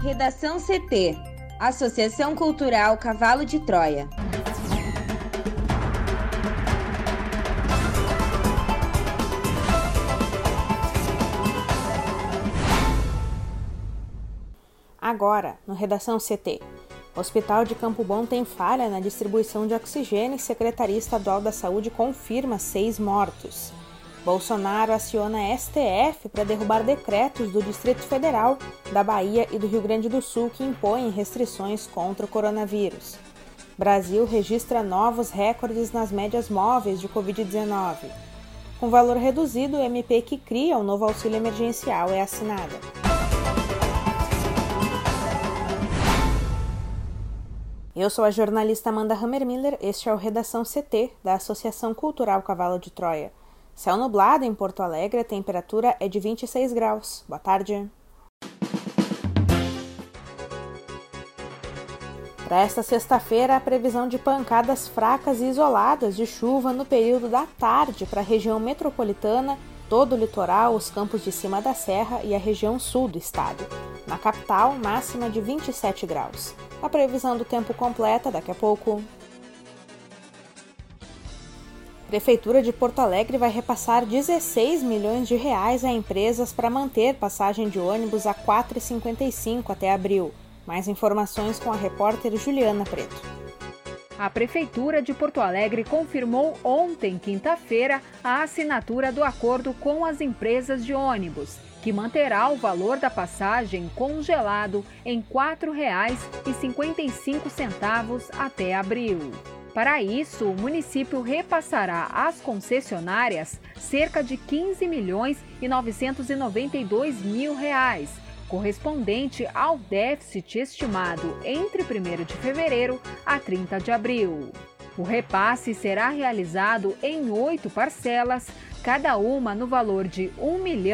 Redação CT, Associação Cultural Cavalo de Troia. Agora, no Redação CT. O Hospital de Campo Bom tem falha na distribuição de oxigênio e Secretaria Estadual da Saúde confirma 6 mortos. Bolsonaro aciona STF para derrubar decretos do Distrito Federal, da Bahia e do Rio Grande do Sul que impõem restrições contra o coronavírus. Brasil registra novos recordes nas médias móveis de Covid-19. Com valor reduzido, o MP que cria o novo auxílio emergencial é assinada. Eu sou a jornalista Amanda Hammermiller, este é o Redação CT, da Associação Cultural Cavalo de Troia. Céu nublado em Porto Alegre, a temperatura é de 26 graus. Boa tarde. Para esta sexta-feira, a previsão de pancadas fracas e isoladas de chuva no período da tarde para a região metropolitana, todo o litoral, os campos de cima da serra e a região sul do estado. Na capital, máxima de 27 graus. A previsão do tempo completa daqui a pouco. Prefeitura de Porto Alegre vai repassar 16 milhões de reais a empresas para manter passagem de ônibus a R$ 4,55 até abril. Mais informações com a repórter Juliana Preto. A Prefeitura de Porto Alegre confirmou ontem, quinta-feira, a assinatura do acordo com as empresas de ônibus, que manterá o valor da passagem congelado em R$ 4,55 até abril. Para isso, o município repassará às concessionárias cerca de R$ 15.992.000, correspondente ao déficit estimado entre 1º de fevereiro a 30 de abril. O repasse será realizado em 8 parcelas, cada uma no valor de R$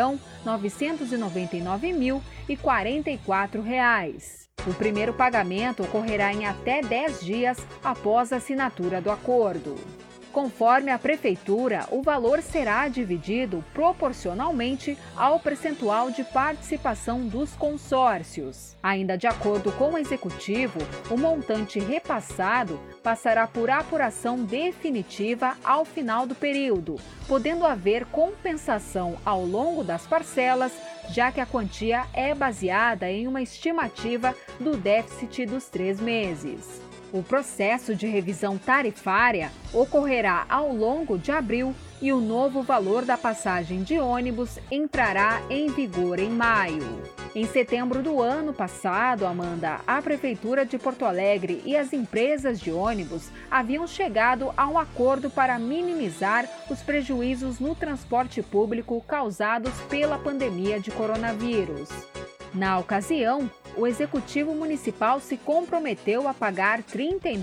1.999.044. O primeiro pagamento ocorrerá em até 10 dias após a assinatura do acordo. Conforme a Prefeitura, o valor será dividido proporcionalmente ao percentual de participação dos consórcios. Ainda de acordo com o Executivo, o montante repassado passará por apuração definitiva ao final do período, podendo haver compensação ao longo das parcelas, já que a quantia é baseada em uma estimativa do déficit dos 3 meses. O processo de revisão tarifária ocorrerá ao longo de abril e o novo valor da passagem de ônibus entrará em vigor em maio. Em setembro do ano passado, Amanda, a Prefeitura de Porto Alegre e as empresas de ônibus haviam chegado a um acordo para minimizar os prejuízos no transporte público causados pela pandemia de coronavírus. Na ocasião, o Executivo Municipal se comprometeu a pagar R$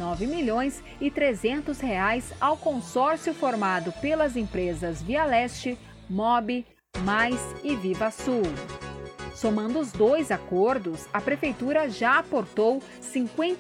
39.300.000 ao consórcio formado pelas empresas Via Leste, MOB, Mais e Viva Sul. Somando os 2 acordos, a Prefeitura já aportou R$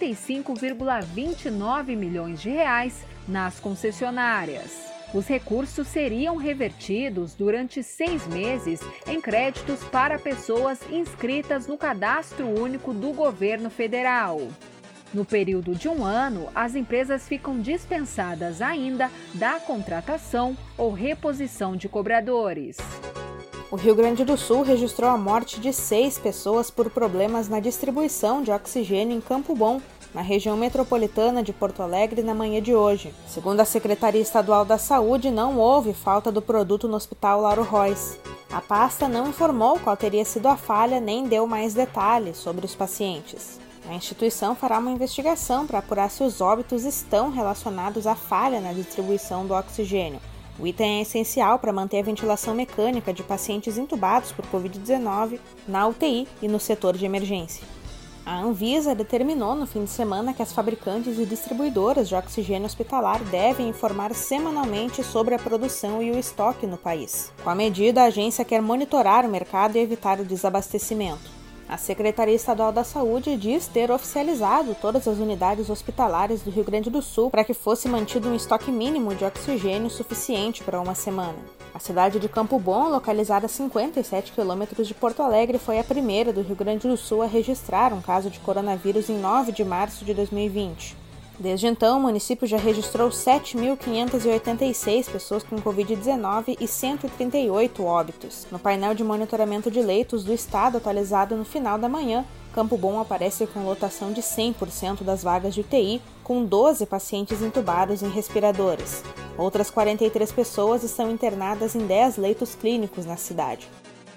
55,29 milhões nas concessionárias. Os recursos seriam revertidos durante 6 meses em créditos para pessoas inscritas no Cadastro Único do Governo Federal. No período de 1 ano, as empresas ficam dispensadas ainda da contratação ou reposição de cobradores. O Rio Grande do Sul registrou a morte de 6 pessoas por problemas na distribuição de oxigênio em Campo Bom, na região metropolitana de Porto Alegre, na manhã de hoje. Segundo a Secretaria Estadual da Saúde, não houve falta do produto no Hospital Lauro Rois. A pasta não informou qual teria sido a falha nem deu mais detalhes sobre os pacientes. A instituição fará uma investigação para apurar se os óbitos estão relacionados à falha na distribuição do oxigênio. O item é essencial para manter a ventilação mecânica de pacientes intubados por Covid-19 na UTI e no setor de emergência. A Anvisa determinou no fim de semana que as fabricantes e distribuidoras de oxigênio hospitalar devem informar semanalmente sobre a produção e o estoque no país. Com a medida, a agência quer monitorar o mercado e evitar o desabastecimento. A Secretaria Estadual da Saúde diz ter oficializado todas as unidades hospitalares do Rio Grande do Sul para que fosse mantido um estoque mínimo de oxigênio suficiente para uma semana. A cidade de Campo Bom, localizada a 57 quilômetros de Porto Alegre, foi a primeira do Rio Grande do Sul a registrar um caso de coronavírus em 9 de março de 2020. Desde então, o município já registrou 7.586 pessoas com Covid-19 e 138 óbitos. No painel de monitoramento de leitos do estado atualizado no final da manhã, Campo Bom aparece com lotação de 100% das vagas de UTI, com 12 pacientes intubados em respiradores. Outras 43 pessoas estão internadas em 10 leitos clínicos na cidade.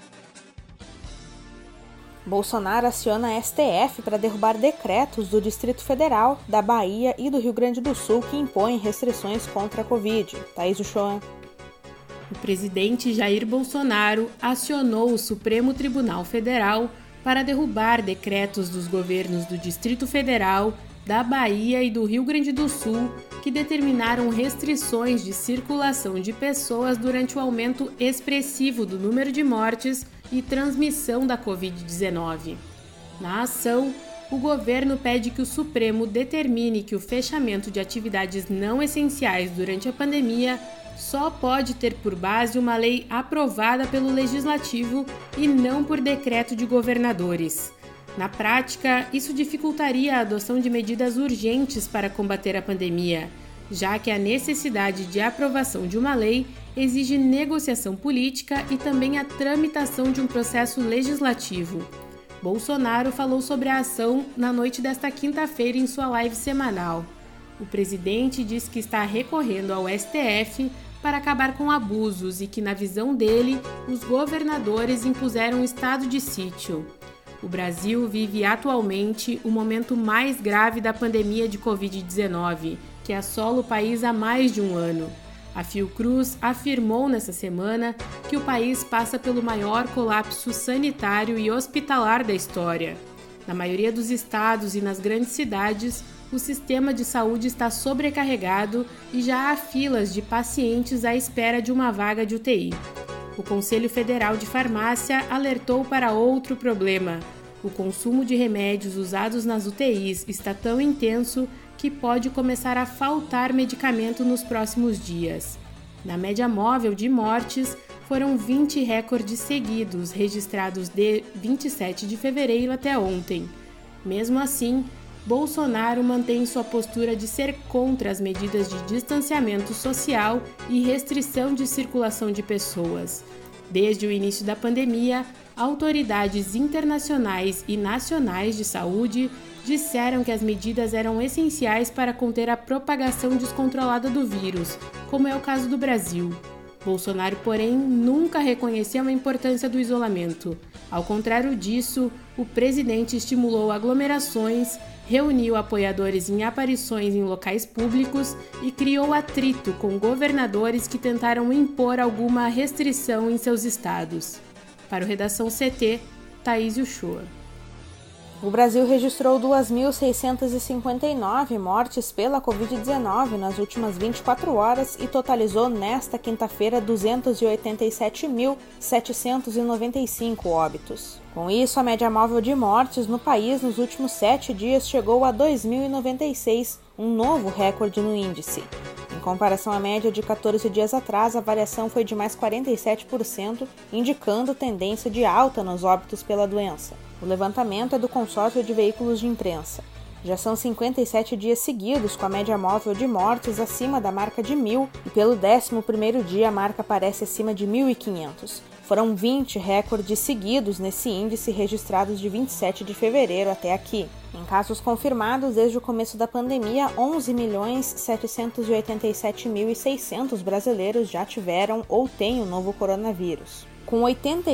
Bolsonaro aciona a STF para derrubar decretos do Distrito Federal, da Bahia e do Rio Grande do Sul que impõem restrições contra a Covid. Thaís Uchoa. O presidente Jair Bolsonaro acionou o Supremo Tribunal Federal para derrubar decretos dos governos do Distrito Federal, da Bahia e do Rio Grande do Sul que determinaram restrições de circulação de pessoas durante o aumento expressivo do número de mortes e transmissão da Covid-19. Na ação, o governo pede que o Supremo determine que o fechamento de atividades não essenciais durante a pandemia só pode ter por base uma lei aprovada pelo Legislativo e não por decreto de governadores. Na prática, isso dificultaria a adoção de medidas urgentes para combater a pandemia, já que a necessidade de aprovação de uma lei exige negociação política e também a tramitação de um processo legislativo. Bolsonaro falou sobre a ação na noite desta quinta-feira em sua live semanal. O presidente disse que está recorrendo ao STF para acabar com abusos e que, na visão dele, os governadores impuseram um estado de sítio. O Brasil vive atualmente o momento mais grave da pandemia de Covid-19, que assola o país há mais de um ano. A Fiocruz afirmou nessa semana que o país passa pelo maior colapso sanitário e hospitalar da história. Na maioria dos estados e nas grandes cidades, o sistema de saúde está sobrecarregado e já há filas de pacientes à espera de uma vaga de UTI. O Conselho Federal de Farmácia alertou para outro problema. O consumo de remédios usados nas UTIs está tão intenso que pode começar a faltar medicamento nos próximos dias. Na média móvel de mortes, foram 20 recordes seguidos registrados de 27 de fevereiro até ontem. Mesmo assim, Bolsonaro mantém sua postura de ser contra as medidas de distanciamento social e restrição de circulação de pessoas. Desde o início da pandemia, autoridades internacionais e nacionais de saúde disseram que as medidas eram essenciais para conter a propagação descontrolada do vírus, como é o caso do Brasil. Bolsonaro, porém, nunca reconheceu a importância do isolamento. Ao contrário disso, o presidente estimulou aglomerações, reuniu apoiadores em aparições em locais públicos e criou atrito com governadores que tentaram impor alguma restrição em seus estados. Para o Redação CT, Thaís Uchoa. O Brasil registrou 2.659 mortes pela Covid-19 nas últimas 24 horas e totalizou nesta quinta-feira 287.795 óbitos. Com isso, a média móvel de mortes no país nos últimos 7 dias chegou a 2.096, um novo recorde no índice. Em comparação à média de 14 dias atrás, a variação foi de mais 47%, indicando tendência de alta nos óbitos pela doença. O levantamento é do consórcio de veículos de imprensa. Já são 57 dias seguidos com a média móvel de mortes acima da marca de 1.000 e pelo 11º dia a marca aparece acima de 1.500. Foram 20 recordes seguidos nesse índice registrados de 27 de fevereiro até aqui. Em casos confirmados desde o começo da pandemia, 11.787.600 brasileiros já tiveram ou têm o novo coronavírus, com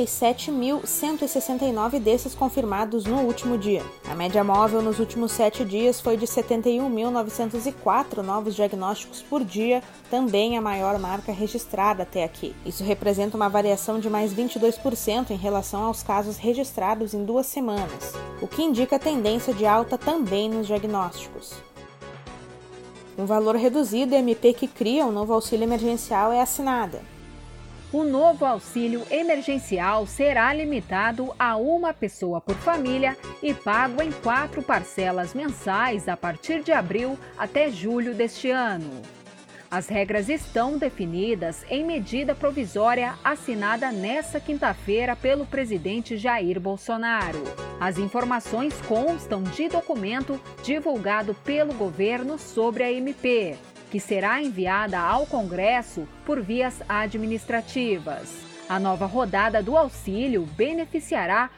87.169 desses confirmados no último dia. A média móvel nos últimos 7 dias foi de 71.904 novos diagnósticos por dia, também a maior marca registrada até aqui. Isso representa uma variação de mais 22% em relação aos casos registrados em 2 semanas, o que indica tendência de alta também nos diagnósticos. Um valor reduzido, a MP que cria o novo auxílio emergencial é assinada. O novo auxílio emergencial será limitado a uma pessoa por família e pago em 4 parcelas mensais a partir de abril até julho deste ano. As regras estão definidas em medida provisória assinada nesta quinta-feira pelo presidente Jair Bolsonaro. As informações constam de documento divulgado pelo governo sobre a MP, que será enviada ao Congresso por vias administrativas. A nova rodada do auxílio beneficiará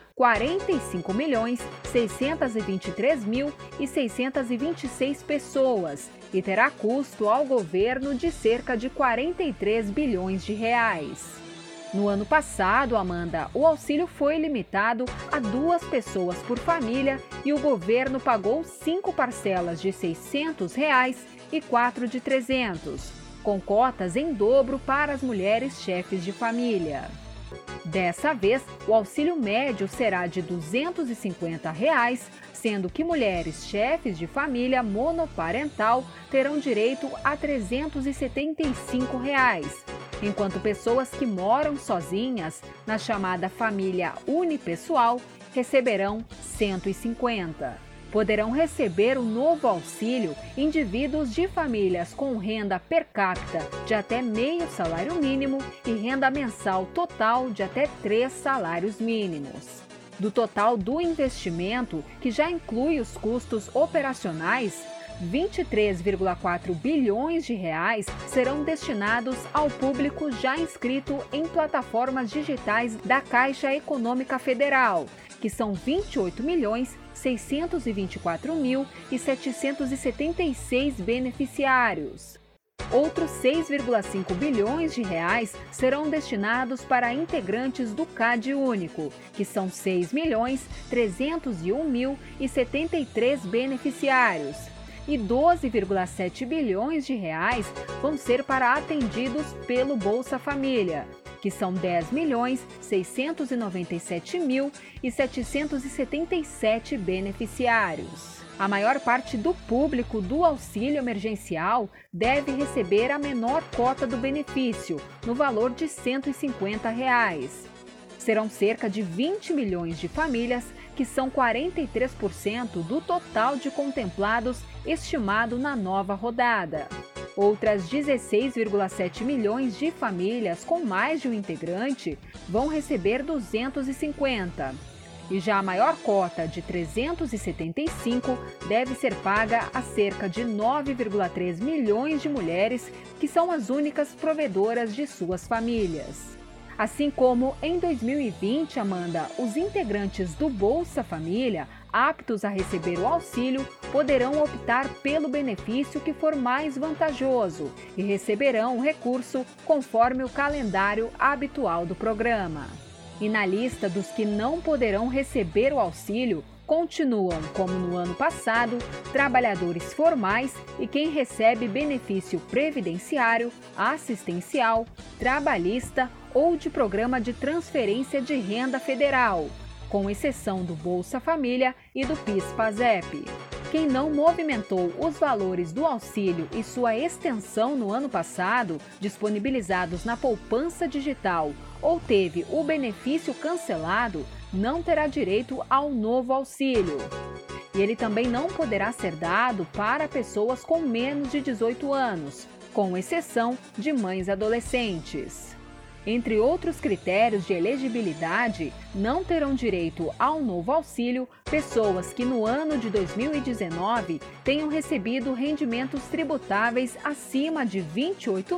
45.623.626 pessoas e terá custo ao governo de cerca de 43 bilhões de reais. No ano passado, Amanda, o auxílio foi limitado a 2 pessoas por família e o governo pagou 5 parcelas de R$ 600 e 4 de R$ 300, com cotas em dobro para as mulheres chefes de família. Dessa vez, o auxílio médio será de R$ 250, sendo que mulheres chefes de família monoparental terão direito a R$ 375, enquanto pessoas que moram sozinhas, na chamada família unipessoal, receberão R$ 150. Poderão receber o novo auxílio indivíduos de famílias com renda per capita de até meio salário mínimo e renda mensal total de até 3 salários mínimos. Do total do investimento, que já inclui os custos operacionais, 23,4 bilhões de reais serão destinados ao público já inscrito em plataformas digitais da Caixa Econômica Federal, que são 28.624.776 beneficiários. Outros 6,5 bilhões de reais serão destinados para integrantes do CAD Único, que são 6.301.073 beneficiários. E 12,7 bilhões de reais vão ser para atendidos pelo Bolsa Família, que são 10.697.777 beneficiários. A maior parte do público do auxílio emergencial deve receber a menor cota do benefício, no valor de R$ 150. Serão cerca de 20 milhões de famílias, que são 43% do total de contemplados estimado na nova rodada. Outras 16,7 milhões de famílias com mais de um integrante vão receber 250. E já a maior cota, de 375, deve ser paga a cerca de 9,3 milhões de mulheres, que são as únicas provedoras de suas famílias. Assim como em 2020, Amanda, os integrantes do Bolsa Família, aptos a receber o auxílio, poderão optar pelo benefício que for mais vantajoso e receberão o recurso conforme o calendário habitual do programa. E na lista dos que não poderão receber o auxílio, continuam, como no ano passado, trabalhadores formais e quem recebe benefício previdenciário, assistencial, trabalhista ou de programa de transferência de renda federal, com exceção do Bolsa Família e do PIS/PASEP. Quem não movimentou os valores do auxílio e sua extensão no ano passado, disponibilizados na poupança digital, ou teve o benefício cancelado, não terá direito ao novo auxílio. E ele também não poderá ser dado para pessoas com menos de 18 anos, com exceção de mães adolescentes. Entre outros critérios de elegibilidade, não terão direito ao novo auxílio pessoas que no ano de 2019 tenham recebido rendimentos tributáveis acima de R$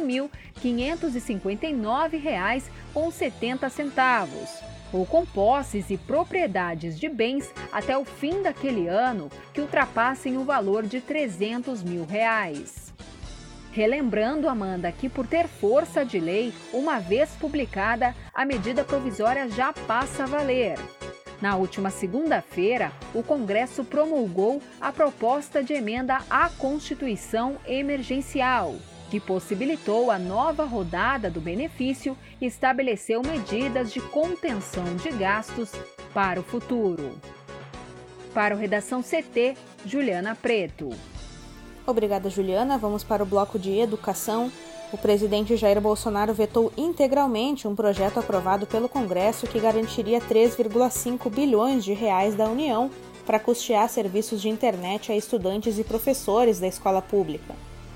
28.559,70, ou com posses e propriedades de bens até o fim daquele ano que ultrapassem o valor de R$ 300 mil. Relembrando, Amanda, que por ter força de lei, uma vez publicada, a medida provisória já passa a valer. Na última segunda-feira, o Congresso promulgou a proposta de emenda à Constituição Emergencial, que possibilitou a nova rodada do benefício e estabeleceu medidas de contenção de gastos para o futuro. Para o Redação CT, Juliana Preto. Obrigada, Juliana. Vamos para o bloco de educação. O presidente Jair Bolsonaro vetou integralmente um projeto aprovado pelo Congresso que garantiria 3,5 bilhões de reais da União para custear serviços de internet a estudantes e professores da escola pública.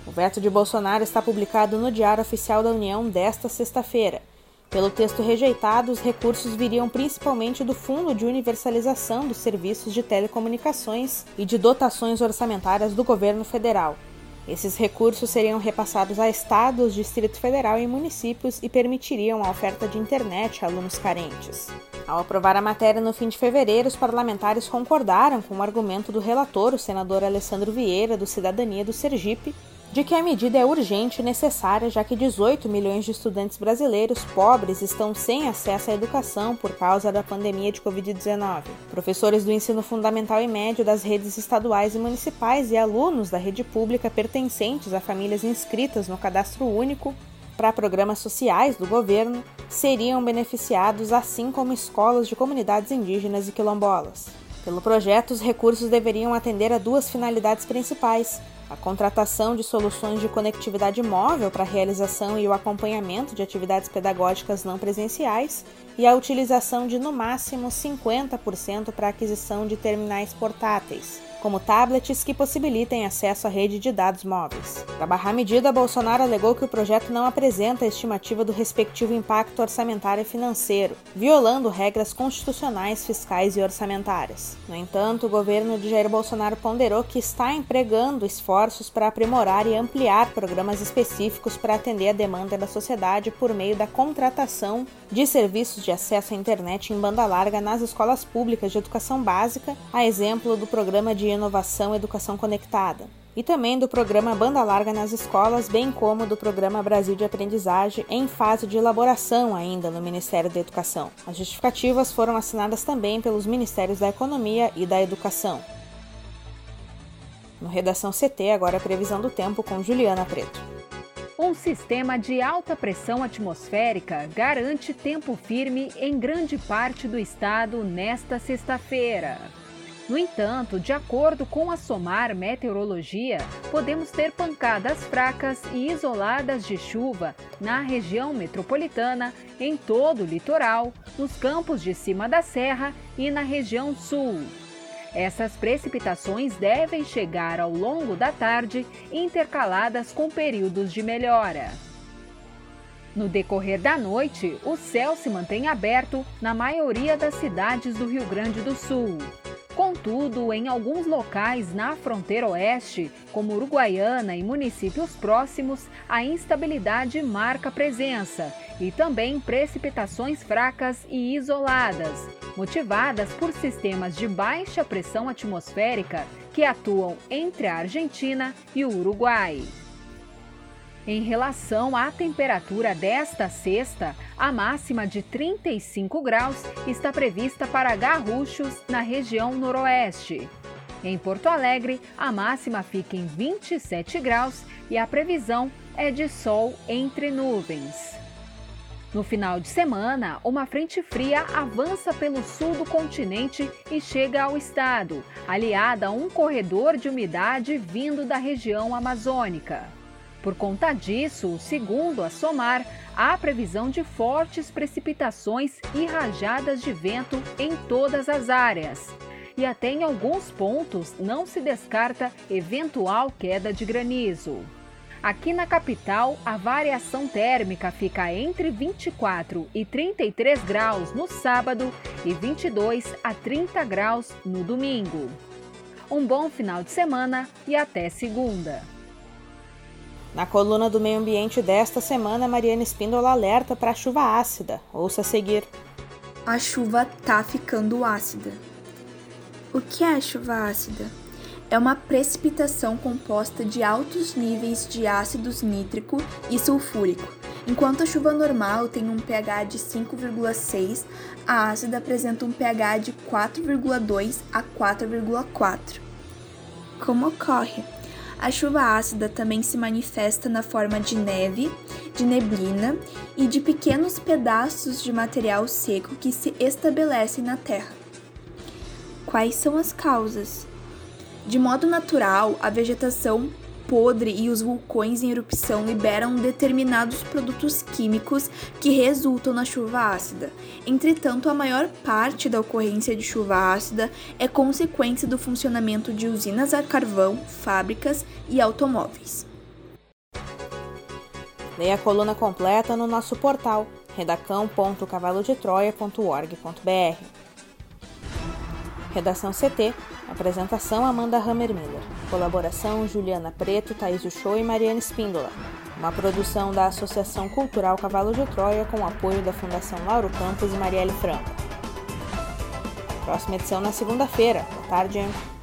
O veto de Bolsonaro está publicado no Diário Oficial da União desta sexta-feira. Pelo texto rejeitado, os recursos viriam principalmente do Fundo de Universalização dos Serviços de Telecomunicações e de dotações orçamentárias do governo federal. Esses recursos seriam repassados a estados, Distrito Federal e municípios e permitiriam a oferta de internet a alunos carentes. Ao aprovar a matéria no fim de fevereiro, os parlamentares concordaram com o argumento do relator, o senador Alessandro Vieira, do Cidadania do Sergipe, de que a medida é urgente e necessária, já que 18 milhões de estudantes brasileiros pobres estão sem acesso à educação por causa da pandemia de Covid-19. Professores do ensino fundamental e médio das redes estaduais e municipais e alunos da rede pública pertencentes a famílias inscritas no Cadastro Único para programas sociais do governo seriam beneficiados, assim como escolas de comunidades indígenas e quilombolas. Pelo projeto, os recursos deveriam atender a duas finalidades principais: a contratação de soluções de conectividade móvel para a realização e o acompanhamento de atividades pedagógicas não presenciais e a utilização de, no máximo, 50% para a aquisição de terminais portáteis, como tablets que possibilitem acesso à rede de dados móveis. Para barrar a medida, Bolsonaro alegou que o projeto não apresenta a estimativa do respectivo impacto orçamentário e financeiro, violando regras constitucionais, fiscais e orçamentárias. No entanto, o governo de Jair Bolsonaro ponderou que está empregando esforços para aprimorar e ampliar programas específicos para atender a demanda da sociedade por meio da contratação de serviços de acesso à internet em banda larga nas escolas públicas de educação básica, a exemplo do Programa de Inovação Educação Conectada, e também do Programa Banda Larga nas escolas, bem como do Programa Brasil de Aprendizagem, em fase de elaboração ainda no Ministério da Educação. As justificativas foram assinadas também pelos Ministérios da Economia e da Educação. No Redação CT, agora a previsão do tempo com Juliana Preto. Um sistema de alta pressão atmosférica garante tempo firme em grande parte do estado nesta sexta-feira. No entanto, de acordo com a SOMAR Meteorologia, podemos ter pancadas fracas e isoladas de chuva na região metropolitana, em todo o litoral, nos campos de cima da serra e na região sul. Essas precipitações devem chegar ao longo da tarde, intercaladas com períodos de melhora. No decorrer da noite, o céu se mantém aberto na maioria das cidades do Rio Grande do Sul. Contudo, em alguns locais na fronteira oeste, como Uruguaiana e municípios próximos, a instabilidade marca presença e também precipitações fracas e isoladas, motivadas por sistemas de baixa pressão atmosférica que atuam entre a Argentina e o Uruguai. Em relação à temperatura desta sexta, a máxima de 35 graus está prevista para Garruchos, na região noroeste. Em Porto Alegre, a máxima fica em 27 graus e a previsão é de sol entre nuvens. No final de semana, uma frente fria avança pelo sul do continente e chega ao estado, aliada a um corredor de umidade vindo da região amazônica. Por conta disso, segundo a SOMAR, há previsão de fortes precipitações e rajadas de vento em todas as áreas. E até em alguns pontos não se descarta eventual queda de granizo. Aqui na capital, a variação térmica fica entre 24 e 33 graus no sábado e 22 a 30 graus no domingo. Um bom final de semana e até segunda. Na coluna do Meio Ambiente desta semana, Mariana Espíndola alerta para a chuva ácida. Ouça a seguir. A chuva tá ficando ácida. O que é chuva ácida? É uma precipitação composta de altos níveis de ácidos nítrico e sulfúrico. Enquanto a chuva normal tem um pH de 5,6, a ácida apresenta um pH de 4,2 a 4,4. Como ocorre? A chuva ácida também se manifesta na forma de neve, de neblina e de pequenos pedaços de material seco que se estabelecem na Terra. Quais são as causas? De modo natural, a vegetação podre e os vulcões em erupção liberam determinados produtos químicos que resultam na chuva ácida. Entretanto, a maior parte da ocorrência de chuva ácida é consequência do funcionamento de usinas a carvão, fábricas e automóveis. Leia a coluna completa no nosso portal redacão.cavalodetroia.org.br. Redação CT. Apresentação Amanda Hammermiller. Colaboração Juliana Preto, Thaís Uchoa e Mariana Espíndola. Uma produção da Associação Cultural Cavalo de Troia com o apoio da Fundação Lauro Campos e Marielle Franco. Próxima edição na segunda-feira. Boa tarde.